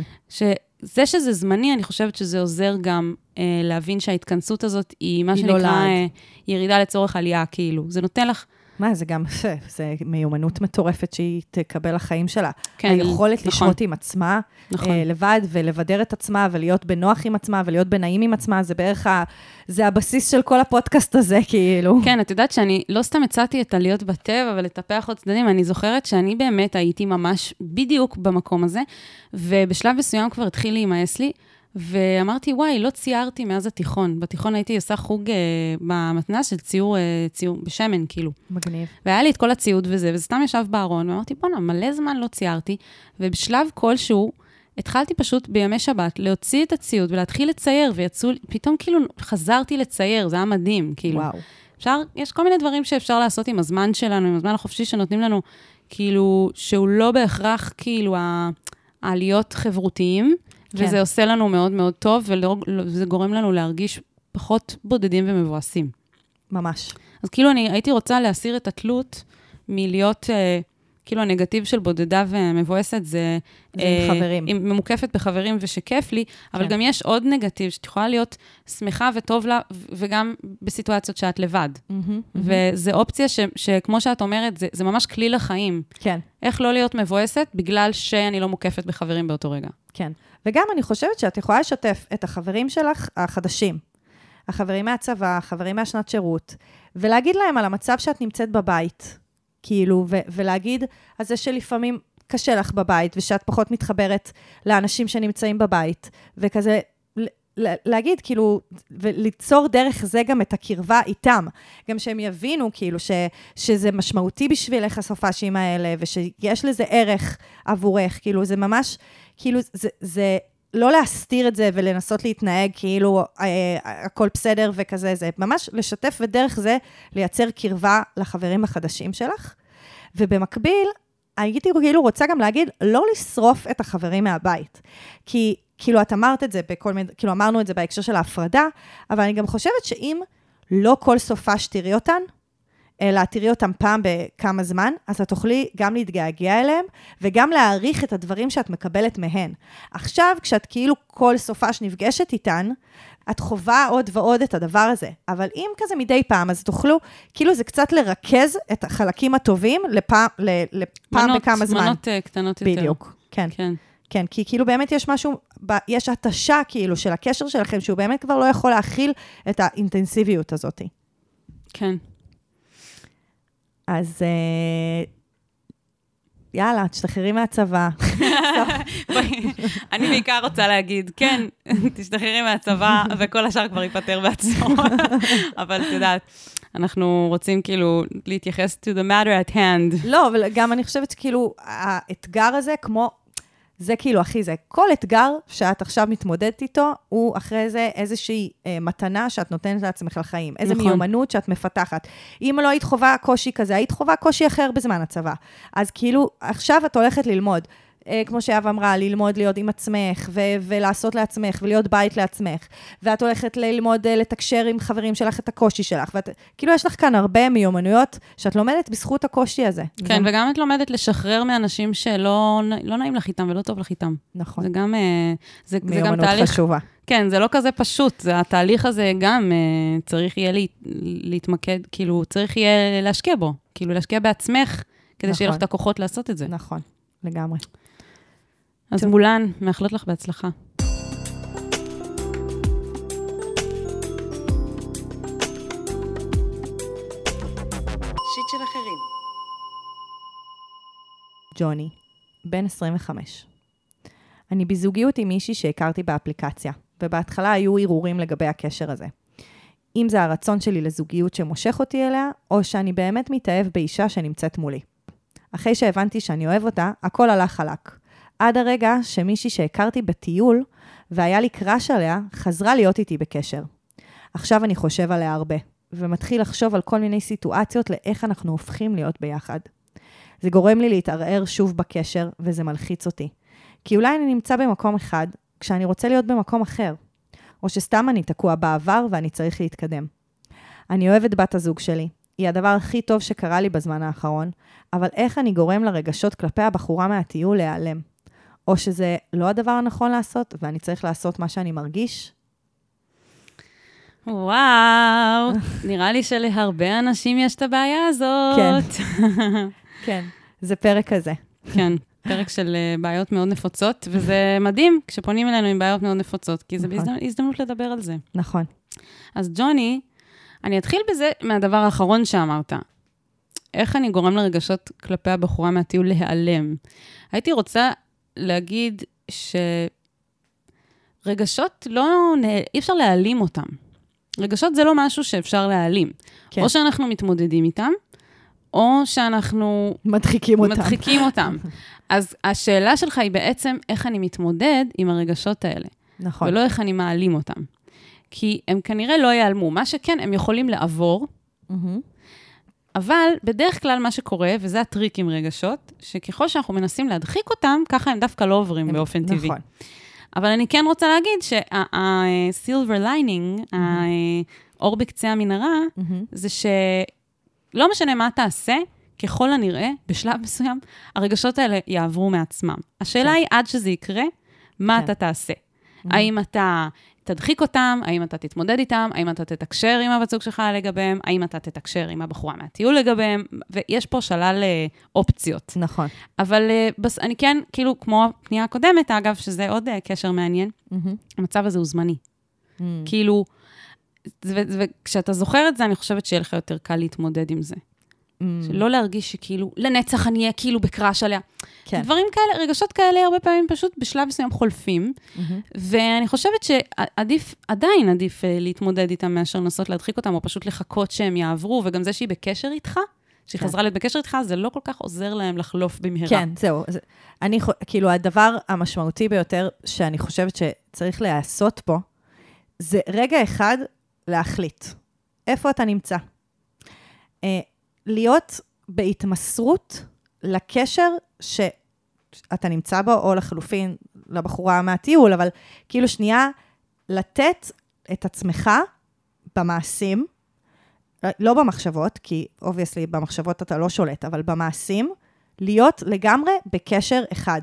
Speaker 1: שזה שזה זמני, אני חושבת שזה עוזר גם אה, להבין שההתכנסות הזאת היא מה
Speaker 2: היא
Speaker 1: שנקרא
Speaker 2: לא
Speaker 1: אה, ירידה לצורך עלייה, כאילו. זה נותן לך...
Speaker 2: מה, זה גם, זה מיומנות מטורפת שהיא תקבל לחיים שלה.
Speaker 1: כן,
Speaker 2: היכולת
Speaker 1: נכון.
Speaker 2: לשרות עם עצמה,
Speaker 1: נכון.
Speaker 2: אה, לבד, ולבדר את עצמה, ולהיות בנוח עם עצמה, ולהיות בנעים עם עצמה, זה בערך ה... זה הבסיס של כל הפודקאסט הזה, כאילו.
Speaker 1: כן, את יודעת שאני לא סתם הצעתי את הלהיות בטבע ולטפח עוד צדדים, אני זוכרת שאני באמת הייתי ממש בדיוק במקום הזה, ובשלב מסוים כבר התחיל להימאס לי, ואמרתי, וואי, לא ציירתי מאז התיכון. בתיכון הייתי עושה חוג אה, במתנ"ס של ציור, אה, ציור בשמן, כאילו.
Speaker 2: מגניב.
Speaker 1: והיה לי את כל הציוד וזה, וזה סתם ישב בארון, ואמרתי, בונה, מלא זמן לא ציירתי, ובשלב כלשהו, התחלתי פשוט בימי שבת להוציא את הציוד ולהתחיל לצייר, ויצאו, פתאום כאילו חזרתי לצייר, זה היה מדהים, כאילו.
Speaker 2: וואו.
Speaker 1: אפשר, יש כל מיני דברים שאפשר לעשות עם הזמן שלנו, עם הזמן החופשי שנותנים לנו, כאילו, שהוא לא בהכרח, כאילו, העליות חברותיים, כן. וזה עושה לנו מאוד מאוד טוב, וזה גורם לנו להרגיש פחות בודדים ומבואסים.
Speaker 2: ממש.
Speaker 1: אז כאילו אני הייתי רוצה להסיר את התלות מלהיות, אה, כאילו הנגטיב של בודדה ומבואסת, זה...
Speaker 2: זה אה, עם חברים.
Speaker 1: עם, ממוקפת בחברים ושכיף לי, אבל
Speaker 2: כן.
Speaker 1: גם יש עוד נגטיב, שאת יכולה להיות שמחה וטוב לה, וגם בסיטואציות שאת לבד. Mm-hmm, mm-hmm. וזו אופציה ש, שכמו שאת אומרת, זה, זה ממש כלי לחיים.
Speaker 2: כן.
Speaker 1: איך לא להיות מבואסת, בגלל שאני לא מוקפת בחברים באותו רגע.
Speaker 2: כן. וגם אני חושבת שאת יכולה לשתף את החברים שלך החדשים, החברים מהצבא, החברים מהשנת שירות, ולהגיד להם על המצב שאת נמצאת בבית, כאילו, ו- ולהגיד על זה שלפעמים קשה לך בבית, ושאת פחות מתחברת לאנשים שנמצאים בבית, וכזה, ל- להגיד, כאילו, וליצור דרך זה גם את הקרבה איתם, גם שהם יבינו, כאילו, ש- שזה משמעותי בשבילך הסופשים האלה, ושיש לזה ערך עבורך, כאילו, זה ממש, כאילו, זה, זה לא להסתיר את זה ולנסות להתנהג כאילו אה, הכל בסדר וכזה, זה ממש לשתף ודרך זה לייצר קרבה לחברים החדשים שלך. ובמקביל, הייתי כאילו רוצה גם להגיד, לא לשרוף את החברים מהבית. כי כאילו את אמרת את זה בכל מיני, כאילו אמרנו את זה בהקשר של ההפרדה, אבל אני גם חושבת שאם לא כל סופה שתראי אותן, אלא תראי אותם פעם בכמה זמן, אז את תוכלי גם להתגעגע אליהם, וגם להעריך את הדברים שאת מקבלת מהן. עכשיו, כשאת כאילו כל סופה שנפגשת איתן, את חובה עוד ועוד את הדבר הזה. אבל אם כזה מדי פעם, אז תוכלו, כאילו זה קצת לרכז את החלקים הטובים לפעם, לפעם מנות, בכמה זמן.
Speaker 1: מנות uh, קטנות יותר.
Speaker 2: בדיוק, כן.
Speaker 1: כן.
Speaker 2: כן, כי כאילו באמת יש משהו, יש התשה כאילו של הקשר שלכם, שהוא באמת כבר לא יכול להכיל את האינטנסיביות הזאת.
Speaker 1: כן.
Speaker 2: אז יאללה, תשתחררי מהצבא.
Speaker 1: אני בעיקר רוצה להגיד, כן, תשתחררי מהצבא, וכל השאר כבר ייפטר בעצמו. אבל את יודעת, אנחנו רוצים כאילו להתייחס to the matter at hand.
Speaker 2: לא, אבל גם אני חושבת שכאילו, האתגר הזה כמו... זה כאילו, אחי, זה כל אתגר שאת עכשיו מתמודדת איתו, הוא אחרי זה איזושהי אה, מתנה שאת נותנת לעצמך לחיים. איזו נכון. מיומנות שאת מפתחת. אם לא היית חובה קושי כזה, היית חובה קושי אחר בזמן הצבא. אז כאילו, עכשיו את הולכת ללמוד. אה, כמו שאהבה אמרה, ללמוד להיות עם עצמך, ו- ולעשות לעצמך, ולהיות בית לעצמך. ואת הולכת ללמוד, אה, לתקשר עם חברים שלך את הקושי שלך. ואת, כאילו, יש לך כאן הרבה מיומנויות שאת לומדת בזכות הקושי הזה.
Speaker 1: כן, זה... וגם את לומדת לשחרר מאנשים שלא לא נעים לך איתם ולא טוב לך איתם.
Speaker 2: נכון.
Speaker 1: זה גם, אה, זה, זה גם
Speaker 2: מיומנות
Speaker 1: תהליך...
Speaker 2: חשובה.
Speaker 1: כן, זה לא כזה פשוט. זה, התהליך הזה גם אה, צריך יהיה לה, להתמקד, כאילו, צריך יהיה להשקיע בו. כאילו, להשקיע בעצמך, כדי נכון. שיהיה לך את הכוחות לעשות את זה.
Speaker 2: נכון, לגמרי.
Speaker 1: אז מולן, מאחלות לך בהצלחה.
Speaker 5: שיט של אחרים.
Speaker 2: ג'וני, בן עשרים וחמש. אני בזוגיות עם מישהי שהכרתי באפליקציה, ובהתחלה היו ערעורים לגבי הקשר הזה. אם זה הרצון שלי לזוגיות שמושך אותי אליה, או שאני באמת מתאהב באישה שנמצאת מולי. אחרי שהבנתי שאני אוהב אותה, הכל הלך חלק. עד הרגע שמישהי שהכרתי בטיול, והיה לי קרש עליה, חזרה להיות איתי בקשר. עכשיו אני חושב עליה הרבה, ומתחיל לחשוב על כל מיני סיטואציות לאיך אנחנו הופכים להיות ביחד. זה גורם לי להתערער שוב בקשר, וזה מלחיץ אותי. כי אולי אני נמצא במקום אחד, כשאני רוצה להיות במקום אחר. או שסתם אני תקוע בעבר, ואני צריך להתקדם. אני אוהבת בת הזוג שלי. היא הדבר הכי טוב שקרה לי בזמן האחרון, אבל איך אני גורם לרגשות כלפי הבחורה מהטיול להיעלם? או שזה לא הדבר הנכון לעשות, ואני צריך לעשות מה שאני מרגיש?
Speaker 1: וואו, נראה לי שלהרבה אנשים יש את הבעיה הזאת.
Speaker 2: כן, כן, זה פרק כזה.
Speaker 1: כן, פרק של בעיות מאוד נפוצות, וזה מדהים כשפונים אלינו עם בעיות מאוד נפוצות, כי זה
Speaker 2: נכון.
Speaker 1: הזדמנות לדבר על זה.
Speaker 2: נכון.
Speaker 1: אז ג'וני, אני אתחיל בזה מהדבר האחרון שאמרת. איך אני גורם לרגשות כלפי הבחורה מהטיול להיעלם? הייתי רוצה להגיד שרגשות לא, אי אפשר להעלים אותם. רגשות זה לא משהו שאפשר להעלים. כן. או שאנחנו מתמודדים איתם, או שאנחנו
Speaker 2: מדחיקים אותם.
Speaker 1: מדחיקים אותם. אז השאלה שלך היא בעצם איך אני מתמודד עם הרגשות האלה.
Speaker 2: נכון.
Speaker 1: ולא איך אני מעלים אותם. כי הם כנראה לא ייעלמו. מה שכן, הם יכולים לעבור, mm-hmm. אבל בדרך כלל מה שקורה, וזה הטריק עם רגשות, שככל שאנחנו מנסים להדחיק אותם, ככה הם דווקא לא עוברים הם, באופן נכון. טבעי. אבל אני כן רוצה להגיד שה-silver lining, mm-hmm. האור בקצה המנהרה, mm-hmm. זה שלא משנה מה תעשה, ככל הנראה, בשלב מסוים, הרגשות האלה יעברו מעצמם. השאלה כן. היא, עד שזה יקרה, מה כן. אתה תעשה? Mm-hmm. האם אתה תדחיק אותם, האם אתה תתמודד איתם, האם אתה תתקשר עם הבת זוג שלך לגביהם, האם אתה תתקשר עם הבחורה מהטיול לגביהם, ויש פה שלל אופציות.
Speaker 2: נכון.
Speaker 1: אבל בס, אני כן, כאילו, כמו הפנייה הקודמת, אגב, שזה עוד קשר מעניין, mm-hmm. המצב הזה הוא זמני. Mm-hmm. כאילו, וכשאתה זוכר את זה, אני חושבת שיהיה לך יותר קל להתמודד עם זה. Mm. שלא להרגיש שכאילו, לנצח אני אהיה כאילו בקרש עליה. כן. דברים כאלה, רגשות כאלה הרבה פעמים פשוט בשלב מסוים חולפים, mm-hmm. ואני חושבת שעדיף, עדיין עדיף להתמודד איתם מאשר לנסות להדחיק אותם, או פשוט לחכות שהם יעברו, וגם זה שהיא בקשר איתך, שהיא כן. חזרה להיות בקשר איתך, זה לא כל כך עוזר להם לחלוף במהרה.
Speaker 2: כן, זהו. זה, אני, כאילו, הדבר המשמעותי ביותר שאני חושבת שצריך לעשות פה, זה רגע אחד להחליט. איפה אתה נמצא? אה, להיות בהתמסרות לקשר שאתה נמצא בו, או לחלופין לבחורה מהטיול, אבל כאילו שנייה, לתת את עצמך במעשים, לא במחשבות, כי obviously במחשבות אתה לא שולט, אבל במעשים, להיות לגמרי בקשר אחד.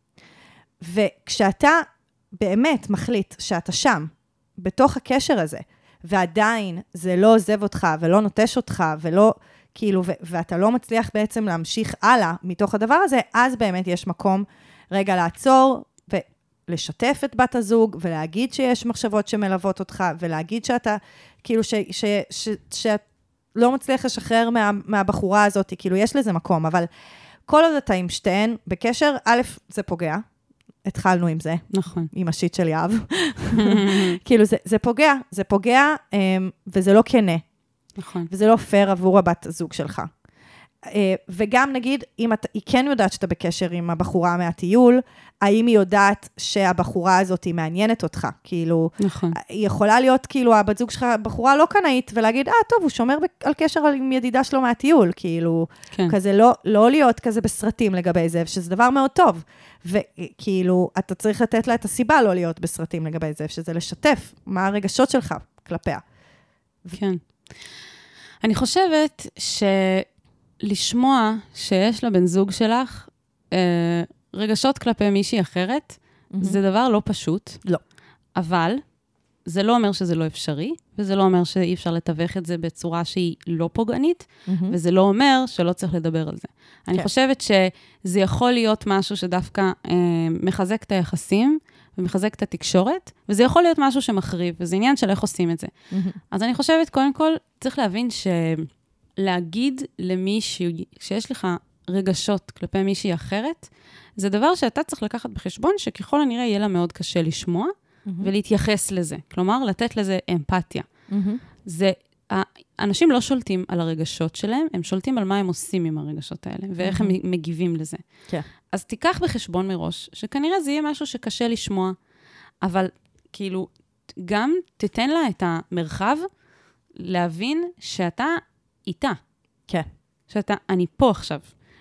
Speaker 2: וכשאתה באמת מחליט שאתה שם, בתוך הקשר הזה, ועדיין זה לא עוזב אותך, ולא נוטש אותך, ולא... כאילו, ו- ואתה לא מצליח בעצם להמשיך הלאה מתוך הדבר הזה, אז באמת יש מקום רגע לעצור ולשתף את בת הזוג, ולהגיד שיש מחשבות שמלוות אותך, ולהגיד שאתה, כאילו, ש- ש- ש- שאת לא מצליח לשחרר מה- מהבחורה הזאת, כאילו, יש לזה מקום, אבל כל עוד אתה עם שתיהן בקשר, א', זה פוגע, התחלנו עם זה,
Speaker 1: נכון.
Speaker 2: עם השיט של יאב, כאילו, זה, זה פוגע, זה פוגע, וזה לא כנה.
Speaker 1: נכון.
Speaker 2: וזה לא פייר עבור הבת הזוג שלך. וגם נגיד, אם אתה, היא כן יודעת שאתה בקשר עם הבחורה מהטיול, האם היא יודעת שהבחורה הזאת היא מעניינת אותך? כאילו,
Speaker 1: נכון.
Speaker 2: היא יכולה להיות, כאילו, הבת זוג שלך, בחורה לא קנאית, ולהגיד, אה, טוב, הוא שומר על קשר עם ידידה שלו מהטיול, כאילו, כן. כזה לא, לא להיות כזה בסרטים לגבי זה, שזה דבר מאוד טוב. וכאילו, אתה צריך לתת לה את הסיבה לא להיות בסרטים לגבי זה, שזה לשתף מה הרגשות שלך כלפיה.
Speaker 1: כן. אני חושבת שלשמוע שיש לבן זוג שלך אה, רגשות כלפי מישהי אחרת, mm-hmm. זה דבר לא פשוט.
Speaker 2: לא.
Speaker 1: אבל זה לא אומר שזה לא אפשרי, וזה לא אומר שאי אפשר לתווך את זה בצורה שהיא לא פוגענית, mm-hmm. וזה לא אומר שלא צריך לדבר על זה. כן. אני חושבת שזה יכול להיות משהו שדווקא אה, מחזק את היחסים, ומחזק את התקשורת, וזה יכול להיות משהו שמחריב, וזה עניין של איך עושים את זה. Mm-hmm. אז אני חושבת, קודם כל, צריך להבין שלהגיד למישהו, שיש לך רגשות כלפי מישהי אחרת, זה דבר שאתה צריך לקחת בחשבון, שככל הנראה יהיה לה מאוד קשה לשמוע, mm-hmm. ולהתייחס לזה. כלומר, לתת לזה אמפתיה. Mm-hmm. זה, האנשים לא שולטים על הרגשות שלהם, הם שולטים על מה הם עושים עם הרגשות האלה, ואיך mm-hmm. הם מגיבים לזה. כן. Okay. אז תיקח בחשבון מראש, שכנראה זה יהיה משהו שקשה לשמוע, אבל כאילו, גם תתן לה את המרחב להבין שאתה איתה.
Speaker 2: כן.
Speaker 1: שאתה, אני פה עכשיו.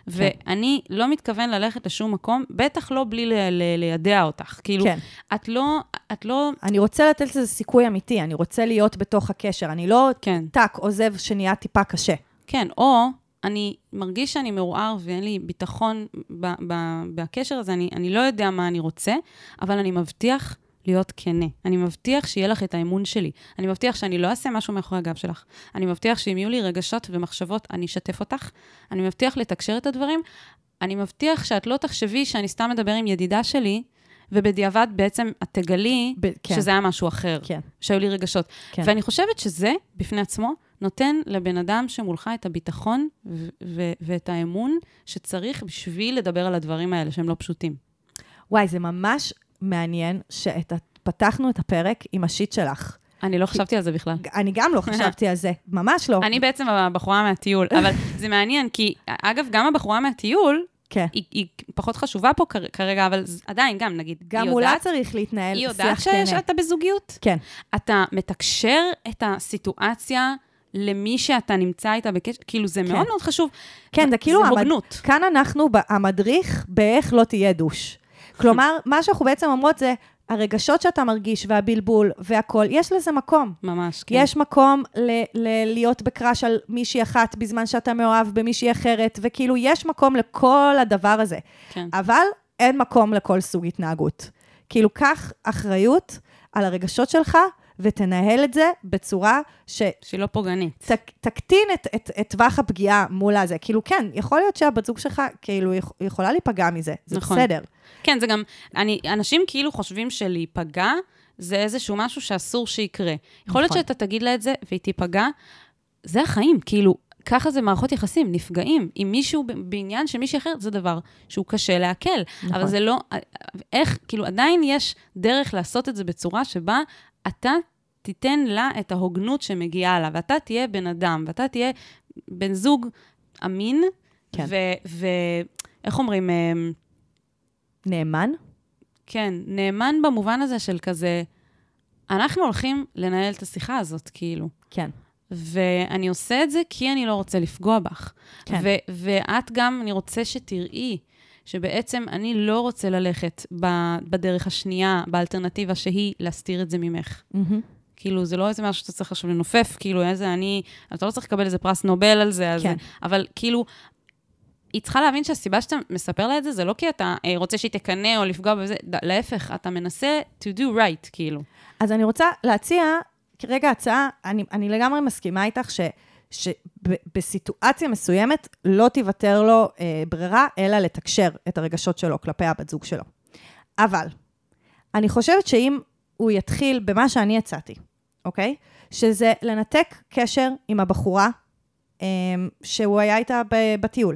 Speaker 1: ואני לא מתכוון ללכת לשום מקום, בטח לא בלי לידע אותך. כאילו,
Speaker 2: כן.
Speaker 1: את לא, את לא...
Speaker 2: אני רוצה לתת לזה סיכוי אמיתי, אני רוצה להיות בתוך הקשר, אני לא
Speaker 1: כן.
Speaker 2: טק עוזב שנהיה טיפה קשה.
Speaker 1: כן, או אני מרגיש שאני מעורער ואין לי ביטחון ב- ב- בקשר הזה, אני, אני לא יודע מה אני רוצה, אבל אני מבטיח להיות כנה. אני מבטיח שיהיה לך את האמון שלי. אני מבטיח שאני לא אעשה משהו מאחורי הגב שלך. אני מבטיח שאם יהיו לי רגשות ומחשבות, אני אשתף אותך. אני מבטיח לתקשר את הדברים. אני מבטיח שאת לא תחשבי שאני סתם מדבר עם ידידה שלי, ובדיעבד בעצם את תגלי ב- כן. שזה היה משהו אחר.
Speaker 2: כן.
Speaker 1: שהיו לי רגשות. כן. ואני חושבת שזה, בפני עצמו, נותן לבן אדם שמולך את הביטחון ו- ו- ואת האמון שצריך בשביל לדבר על הדברים האלה, שהם לא פשוטים.
Speaker 2: וואי, זה ממש מעניין שפתחנו את הפרק עם השיט שלך.
Speaker 1: אני לא חשבתי על זה בכלל.
Speaker 2: אני גם לא חשבתי על זה, ממש לא.
Speaker 1: אני בעצם הבחורה מהטיול, אבל זה מעניין, כי אגב, גם הבחורה מהטיול,
Speaker 2: כן.
Speaker 1: היא, היא פחות חשובה פה כרגע, אבל עדיין, גם נגיד,
Speaker 2: גם מולה צריך להתנהל
Speaker 1: היא
Speaker 2: שיח
Speaker 1: יודעת
Speaker 2: כנה.
Speaker 1: שאתה בזוגיות?
Speaker 2: כן.
Speaker 1: אתה מתקשר את הסיטואציה למי שאתה נמצא איתה בקשר, כאילו זה מאוד מאוד חשוב.
Speaker 2: כן, זה כאילו,
Speaker 1: זה הוגנות.
Speaker 2: כאן אנחנו המדריך באיך לא תהיה דוש. כלומר, מה שאנחנו בעצם אומרות זה, הרגשות שאתה מרגיש והבלבול והכל, יש לזה מקום.
Speaker 1: ממש, כן.
Speaker 2: יש מקום ל- ל- להיות בקרש על מישהי אחת בזמן שאתה מאוהב במישהי אחרת, וכאילו יש מקום לכל הדבר הזה.
Speaker 1: כן.
Speaker 2: אבל אין מקום לכל סוג התנהגות. כאילו, קח אחריות על הרגשות שלך, ותנהל את זה בצורה ש...
Speaker 1: שהיא לא פוגענית.
Speaker 2: ת, תקטין את, את, את טווח הפגיעה מול הזה. כאילו, כן, יכול להיות שהבת זוג שלך, כאילו, יכולה להיפגע מזה. זה נכון. בסדר.
Speaker 1: כן, זה גם, אני, אנשים כאילו חושבים שלהיפגע, זה איזשהו משהו שאסור שיקרה. יכול להיות שאתה תגיד לה את זה, והיא תיפגע, זה החיים, כאילו, ככה זה מערכות יחסים, נפגעים. עם מישהו בעניין של מישהי אחרת, זה דבר שהוא קשה להקל. נכון. אבל זה לא, איך, כאילו, עדיין יש דרך לעשות את זה בצורה שבה אתה תיתן לה את ההוגנות שמגיעה לה, ואתה תהיה בן אדם, ואתה תהיה בן זוג אמין,
Speaker 2: כן.
Speaker 1: ואיך אומרים?
Speaker 2: נאמן?
Speaker 1: כן, נאמן במובן הזה של כזה, אנחנו הולכים לנהל את השיחה הזאת, כאילו.
Speaker 2: כן.
Speaker 1: ואני עושה את זה כי אני לא רוצה לפגוע בך. כן. ו- ואת גם, אני רוצה שתראי, שבעצם אני לא רוצה ללכת בדרך השנייה, באלטרנטיבה שהיא להסתיר את זה ממך. Mm-hmm. כאילו, זה לא איזה משהו שאתה צריך עכשיו לנופף, כאילו, איזה אני, אתה לא צריך לקבל איזה פרס נובל על זה, כן. אז, אבל כאילו, היא צריכה להבין שהסיבה שאתה מספר לה את זה, זה לא כי אתה אה, רוצה שהיא תקנה או לפגוע בזה, להפך, אתה מנסה to do right, כאילו.
Speaker 2: אז אני רוצה להציע, כרגע הצעה, אני, אני לגמרי מסכימה איתך ש... שבסיטואציה מסוימת לא תיוותר לו אה, ברירה, אלא לתקשר את הרגשות שלו כלפי הבת זוג שלו. אבל, אני חושבת שאם הוא יתחיל במה שאני יצאתי, אוקיי? שזה לנתק קשר עם הבחורה אה, שהוא היה איתה בטיול,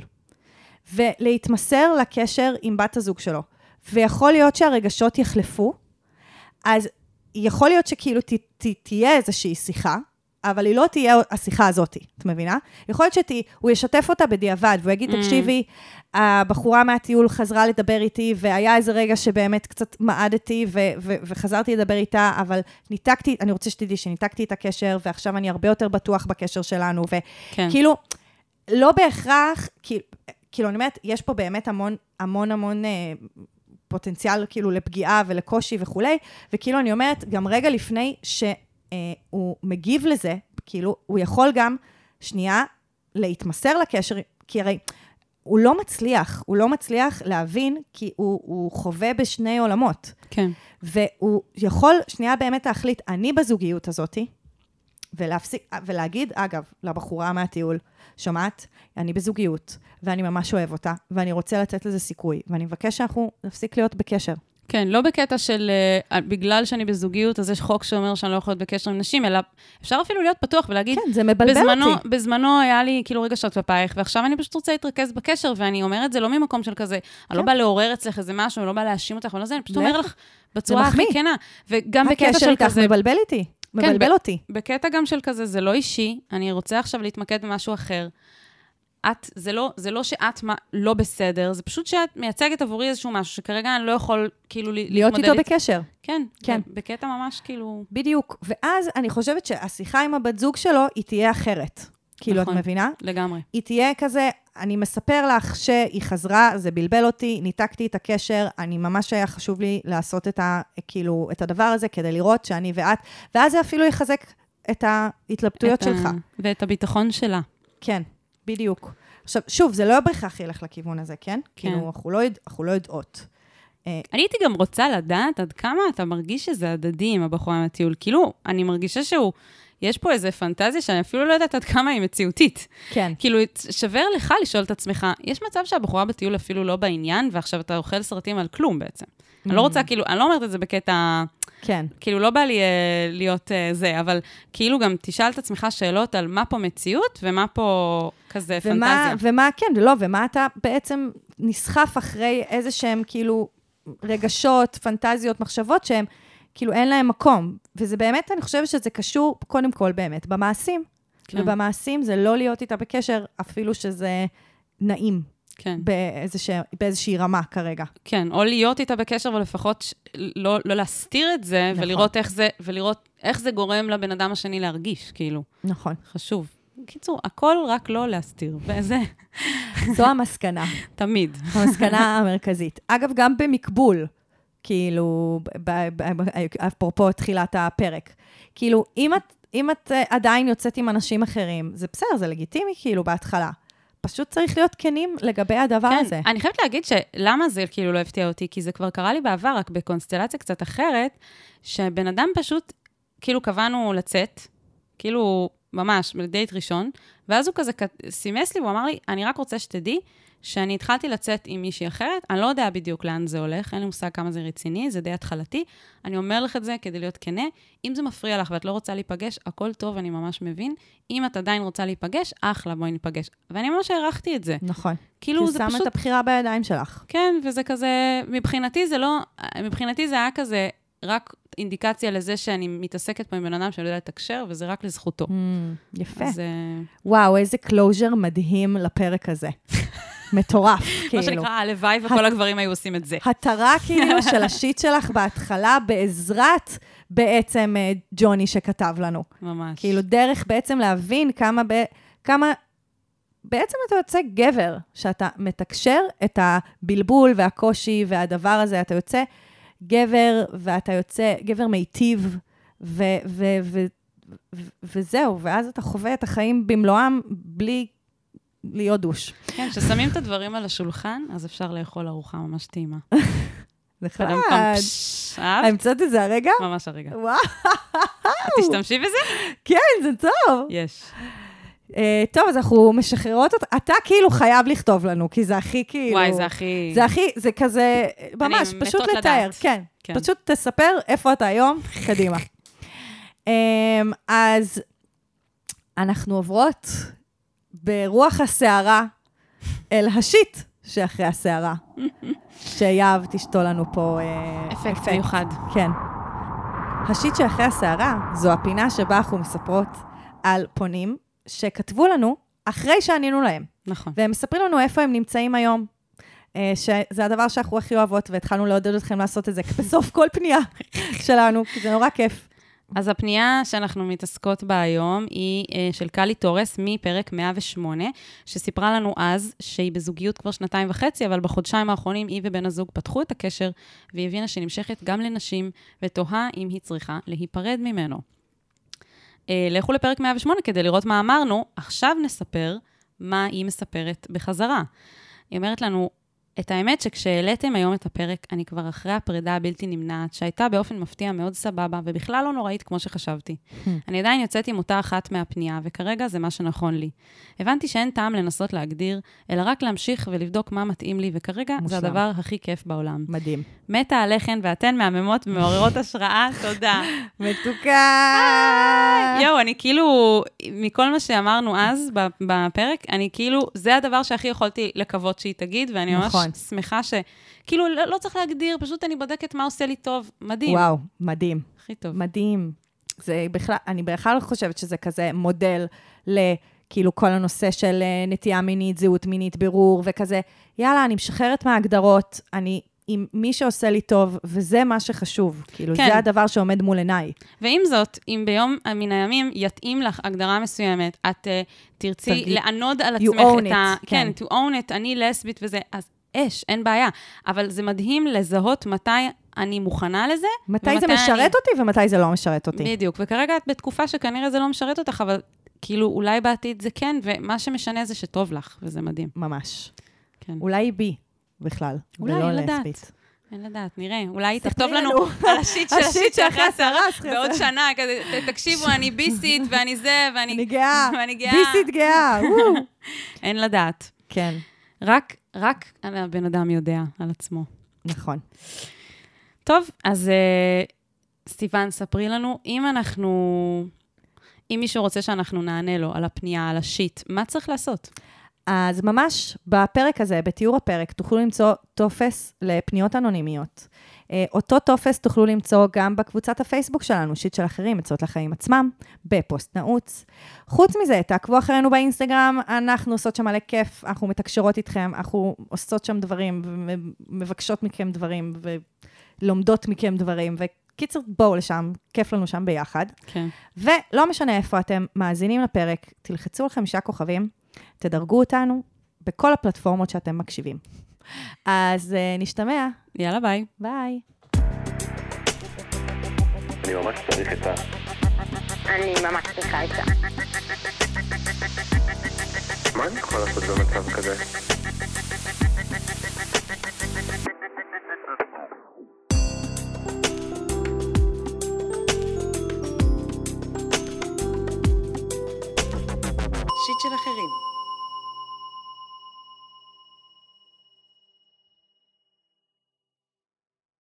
Speaker 2: ולהתמסר לקשר עם בת הזוג שלו. ויכול להיות שהרגשות יחלפו, אז יכול להיות שכאילו ת, ת, תהיה איזושהי שיחה, אבל היא לא תהיה השיחה הזאת, את מבינה? יכול להיות שהוא ישתף אותה בדיעבד, והוא יגיד, תקשיבי, הבחורה מהטיול חזרה לדבר איתי, והיה איזה רגע שבאמת קצת מעדתי, ו- ו- וחזרתי לדבר איתה, אבל ניתקתי, אני רוצה שתדעי שניתקתי את הקשר, ועכשיו אני הרבה יותר בטוח בקשר שלנו, וכאילו, לא בהכרח, כאילו, אני אומרת, יש פה באמת המון, המון, המון פוטנציאל, כאילו, לפגיעה ולקושי וכולי, וכאילו, אני אומרת, גם רגע לפני ש... הוא מגיב לזה, כאילו, הוא יכול גם, שנייה, להתמסר לקשר, כי הרי הוא לא מצליח, הוא לא מצליח להבין, כי הוא, הוא חווה בשני עולמות.
Speaker 1: כן.
Speaker 2: והוא יכול, שנייה, באמת להחליט, אני בזוגיות הזאת, ולהפסיק, ולהגיד, אגב, לבחורה מהטיול, שומעת, אני בזוגיות, ואני ממש אוהב אותה, ואני רוצה לתת לזה סיכוי, ואני מבקש שאנחנו נפסיק להיות בקשר.
Speaker 1: כן, לא בקטע של, uh, בגלל שאני בזוגיות, אז יש חוק שאומר שאני לא יכולה להיות בקשר עם נשים, אלא אפשר אפילו להיות פתוח ולהגיד,
Speaker 2: כן, זה מבלבל
Speaker 1: בזמנו,
Speaker 2: אותי.
Speaker 1: בזמנו היה לי כאילו רגשות בפייך, ועכשיו אני פשוט רוצה להתרכז בקשר, ואני אומרת זה לא ממקום של כזה, כן. אני לא באה לעורר אצלך איזה משהו, אני לא באה להאשים אותך, אני פשוט אומר לך בצורה הכי כנה. וגם בקטע של כזה...
Speaker 2: הקשר איתך מבלבל איתי, מבלבל
Speaker 1: כן,
Speaker 2: אותי.
Speaker 1: בקטע גם של כזה, זה לא אישי, אני רוצה עכשיו להתמקד במשהו אחר. את, זה לא, זה לא שאת מה, לא בסדר, זה פשוט שאת מייצגת עבורי איזשהו משהו, שכרגע אני לא יכול, כאילו,
Speaker 2: להיות איתו בקשר.
Speaker 1: כן,
Speaker 2: כן.
Speaker 1: בקטע ממש, כאילו...
Speaker 2: בדיוק, ואז אני חושבת שהשיחה עם הבת זוג שלו, היא תהיה אחרת. כאילו, את מבינה?
Speaker 1: לגמרי.
Speaker 2: היא תהיה כזה, אני מספר לך שהיא חזרה, זה בלבל אותי, ניתקתי את הקשר, אני ממש היה חשוב לי לעשות את, ה, כאילו, את הדבר הזה, כדי לראות שאני ואת, ואז זה אפילו יחזק את ההתלבטויות
Speaker 1: את
Speaker 2: שלך.
Speaker 1: ה... ואת הביטחון שלה.
Speaker 2: כן, בדיוק. עכשיו, שוב, זה לא בהכרח ילך לכיוון הזה, כן?
Speaker 1: כן.
Speaker 2: כאילו, אנחנו לא, יודע, אנחנו לא יודעות.
Speaker 1: אני הייתי גם רוצה לדעת עד כמה אתה מרגיש שזה הדדי עם הבחורה מהטיול. כאילו, אני מרגישה שהוא, יש פה איזו פנטזיה שאני אפילו לא יודעת עד כמה היא מציאותית.
Speaker 2: כן.
Speaker 1: כאילו, שווה לך לשאול את עצמך, יש מצב שהבחורה בטיול אפילו לא בעניין, ועכשיו אתה אוכל סרטים על כלום בעצם. Mm. אני לא רוצה, כאילו, אני לא אומרת את זה בקטע...
Speaker 2: כן.
Speaker 1: כאילו, לא בא לי uh, להיות uh, זה, אבל כאילו גם תשאל את עצמך שאלות על מה פה מציאות, ומה פה כזה
Speaker 2: ומה,
Speaker 1: פנטזיה.
Speaker 2: ומה, כן, ולא, ומה אתה בעצם נסחף אחרי איזה שהם, כאילו, רגשות, פנטזיות, מחשבות שהם, כאילו, אין להם מקום. וזה באמת, אני חושבת שזה קשור, קודם כל, באמת, במעשים. כן. ובמעשים זה לא להיות איתה בקשר, אפילו שזה נעים.
Speaker 1: כן.
Speaker 2: באיזושהי, באיזושהי רמה כרגע.
Speaker 1: כן, או להיות איתה בקשר, ולפחות לא, לא להסתיר את זה, נכון. ולראות איך זה, ולראות איך זה גורם לבן אדם השני להרגיש, כאילו.
Speaker 2: נכון.
Speaker 1: חשוב. קיצור, הכל רק לא להסתיר, וזה...
Speaker 2: זו המסקנה.
Speaker 1: תמיד.
Speaker 2: המסקנה המרכזית. אגב, גם במקבול, כאילו, אפרופו תחילת הפרק, כאילו, אם את, אם את עדיין יוצאת עם אנשים אחרים, זה בסדר, זה לגיטימי, כאילו, בהתחלה. פשוט צריך להיות כנים לגבי הדבר
Speaker 1: כן,
Speaker 2: הזה.
Speaker 1: אני חייבת להגיד שלמה זה כאילו לא הפתיע אותי, כי זה כבר קרה לי בעבר, רק בקונסטלציה קצת אחרת, שבן אדם פשוט, כאילו קבענו לצאת, כאילו ממש, בדייט ראשון, ואז הוא כזה סימס לי, הוא אמר לי, אני רק רוצה שתדעי, שאני התחלתי לצאת עם מישהי אחרת, אני לא יודע בדיוק לאן זה הולך, אין לי מושג כמה זה רציני, זה די התחלתי, אני אומר לך את זה כדי להיות כנה, אם זה מפריע לך ואת לא רוצה להיפגש, הכל טוב, אני ממש מבין, אם את עדיין רוצה להיפגש, אחלה, בואי ניפגש. ואני ממש הערכתי את זה.
Speaker 2: נכון.
Speaker 1: כאילו זה פשוט...
Speaker 2: ששם את הבחירה בידיים שלך.
Speaker 1: כן, וזה כזה, מבחינתי זה לא, מבחינתי זה היה כזה, רק אינדיקציה לזה שאני מתעסקת פה עם בן אדם שאני לא יודעת לתקשר, וזה רק לזכותו.
Speaker 2: Mm, יפה.
Speaker 1: אז,
Speaker 2: וואו, איזה קלוז'ר מדהים לפרק הזה. מטורף, כאילו.
Speaker 1: מה שנקרא, הלוואי וכל הגברים היו עושים את זה.
Speaker 2: התרה כאילו של השיט שלך בהתחלה, בעזרת בעצם ג'וני שכתב לנו.
Speaker 1: ממש.
Speaker 2: כאילו דרך בעצם להבין כמה, כמה בעצם אתה יוצא גבר, שאתה מתקשר את הבלבול והקושי והדבר הזה, אתה יוצא גבר ואתה יוצא גבר מיטיב, ו, ו, ו, ו, וזהו, ואז אתה חווה את החיים במלואם בלי להיות דוש.
Speaker 1: כן, כששמים את הדברים על השולחן, אז אפשר לאכול ארוחה ממש טעימה.
Speaker 2: זה חד.
Speaker 1: אהבת?
Speaker 2: המצאת את זה הרגע?
Speaker 1: ממש הרגע.
Speaker 2: וואו.
Speaker 1: את תשתמשי בזה?
Speaker 2: כן, זה טוב.
Speaker 1: יש.
Speaker 2: טוב, אז אנחנו משחררות אותה. אתה כאילו חייב לכתוב לנו, כי זה הכי כאילו...
Speaker 1: וואי, זה הכי...
Speaker 2: זה הכי, זה כזה, ממש, פשוט לתאר. כן, פשוט תספר איפה אתה היום, קדימה. אז אנחנו עוברות ברוח הסערה אל השיט שאחרי הסערה. שיאב תשתול לנו פה
Speaker 1: אפקט מיוחד.
Speaker 2: כן. השיט שאחרי הסערה זו הפינה שבה אנחנו מספרות על פונים שכתבו לנו אחרי שענינו להם.
Speaker 1: נכון.
Speaker 2: והם מספרים לנו איפה הם נמצאים היום. שזה הדבר שאנחנו הכי אוהבות, והתחלנו לעודד אתכם לעשות את זה בסוף כל פנייה שלנו, כי זה נורא כיף.
Speaker 1: אז הפנייה שאנחנו מתעסקות בה היום היא של קלי טורס מפרק מאה ושמונה, שסיפרה לנו אז שהיא בזוגיות כבר שנתיים וחצי, אבל בחודשיים האחרונים היא ובן הזוג פתחו את הקשר, והיא הבינה שהיא נמשכת גם לנשים, ותוהה אם היא צריכה להיפרד ממנו. לכו לפרק מאה ושמונה כדי לראות מה אמרנו, עכשיו נספר מה היא מספרת בחזרה. היא אומרת לנו, את האמת שכשהעליתם היום את הפרק, אני כבר אחרי הפרידה הבלתי נמנעת, שהייתה באופן מפתיע מאוד סבבה, ובכלל לא נוראית כמו שחשבתי. אני עדיין יוצאת עם אותה אחת מהפנייה, וכרגע זה מה שנכון לי. הבנתי שאין טעם לנסות להגדיר, אלא רק להמשיך ולבדוק מה מתאים לי, וכרגע זה הדבר הכי כיף בעולם.
Speaker 2: מדהים.
Speaker 1: מתה עליכן, ואתן מהממות ומעוררות השראה, תודה.
Speaker 2: מתוקה!
Speaker 1: יואו, אני כאילו, מכל מה שאמרנו אז בפרק, אני כאילו, זה הדבר שהכי יכולתי לקוות שהיא תגיד, ואני ממש שמחה ש... כאילו, לא צריך להגדיר, פשוט אני בודקת מה עושה לי טוב. מדהים.
Speaker 2: וואו, מדהים.
Speaker 1: הכי טוב.
Speaker 2: מדהים. זה בכלל, אני בכלל חושבת שזה כזה מודל לכאילו כל הנושא של נטייה מינית, זהות מינית, בירור וכזה. יאללה, אני משחררת מההגדרות, אני עם מי שעושה לי טוב, וזה מה שחשוב. כאילו,
Speaker 1: כן.
Speaker 2: זה הדבר שעומד מול עיניי.
Speaker 1: ועם זאת, אם ביום מן הימים יתאים לך הגדרה מסוימת, את uh, תרצי
Speaker 2: תרגיל.
Speaker 1: לענוד על
Speaker 2: You
Speaker 1: עצמך
Speaker 2: own
Speaker 1: את
Speaker 2: it,
Speaker 1: ה...
Speaker 2: כן.
Speaker 1: כן, to own it, אני לסבית וזה, אז אש, אין בעיה. אבל זה מדהים לזהות מתי אני מוכנה לזה.
Speaker 2: מתי זה משרת
Speaker 1: אני...
Speaker 2: אותי ומתי זה לא משרת אותי.
Speaker 1: בדיוק, וכרגע את בתקופה שכנראה זה לא משרת אותך, אבל כאילו אולי בעתיד זה כן, ומה שמשנה זה שטוב לך, וזה מדהים.
Speaker 2: ממש.
Speaker 1: כן.
Speaker 2: אולי בי בכלל,
Speaker 1: אולי,
Speaker 2: ולא
Speaker 1: אין לדעת.
Speaker 2: לסבית.
Speaker 1: אין לדעת, נראה. אולי היא
Speaker 2: ספרי
Speaker 1: תכתוב לנו
Speaker 2: לנו.
Speaker 1: על השיט של השיט שאחרי הסערה,
Speaker 2: אחרי
Speaker 1: בעוד
Speaker 2: הסערה.
Speaker 1: שנה, כזה, ת- תקשיבו, אני ביסית, ואני זה, ואני...
Speaker 2: אני גאה.
Speaker 1: ואני גאה.
Speaker 2: ביסית גאה. וואו.
Speaker 1: אין לדעת.
Speaker 2: כן,
Speaker 1: רק, רק הבן אדם יודע על עצמו.
Speaker 2: נכון.
Speaker 1: טוב, אז uh, סיוון, ספרי לנו, אם אנחנו... אם מישהו רוצה שאנחנו נענה לו על הפנייה, על השיט, מה צריך לעשות?
Speaker 2: אז ממש בפרק הזה, בתיאור הפרק, תוכלו למצוא טופס לפניות אנונימיות. אותו טופס תוכלו למצוא גם בקבוצת הפייסבוק שלנו, שיט של אחרים, עצות לחיים עצמם, בפוסט נעוץ. חוץ מזה, תעקבו אחרינו באינסטגרם, אנחנו עושות שם מלא כיף, אנחנו מתקשרות איתכם, אנחנו עושות שם דברים, ומבקשות מכם דברים, ולומדות מכם דברים, וקיצר בואו לשם, כיף לנו שם ביחד.
Speaker 1: כן.
Speaker 2: ולא משנה איפה אתם מאזינים לפרק, תלחצו על חמישה כוכבים, תדרגו אותנו בכל הפלטפורמות שאתם מקשיבים. אז uh, נשתמע.
Speaker 1: יאללה, ביי.
Speaker 2: ביי.
Speaker 3: אני ממש צריך את ה...
Speaker 4: אני ממש צריכה עצה.
Speaker 3: מה אני יכול לעשות במצב כזה?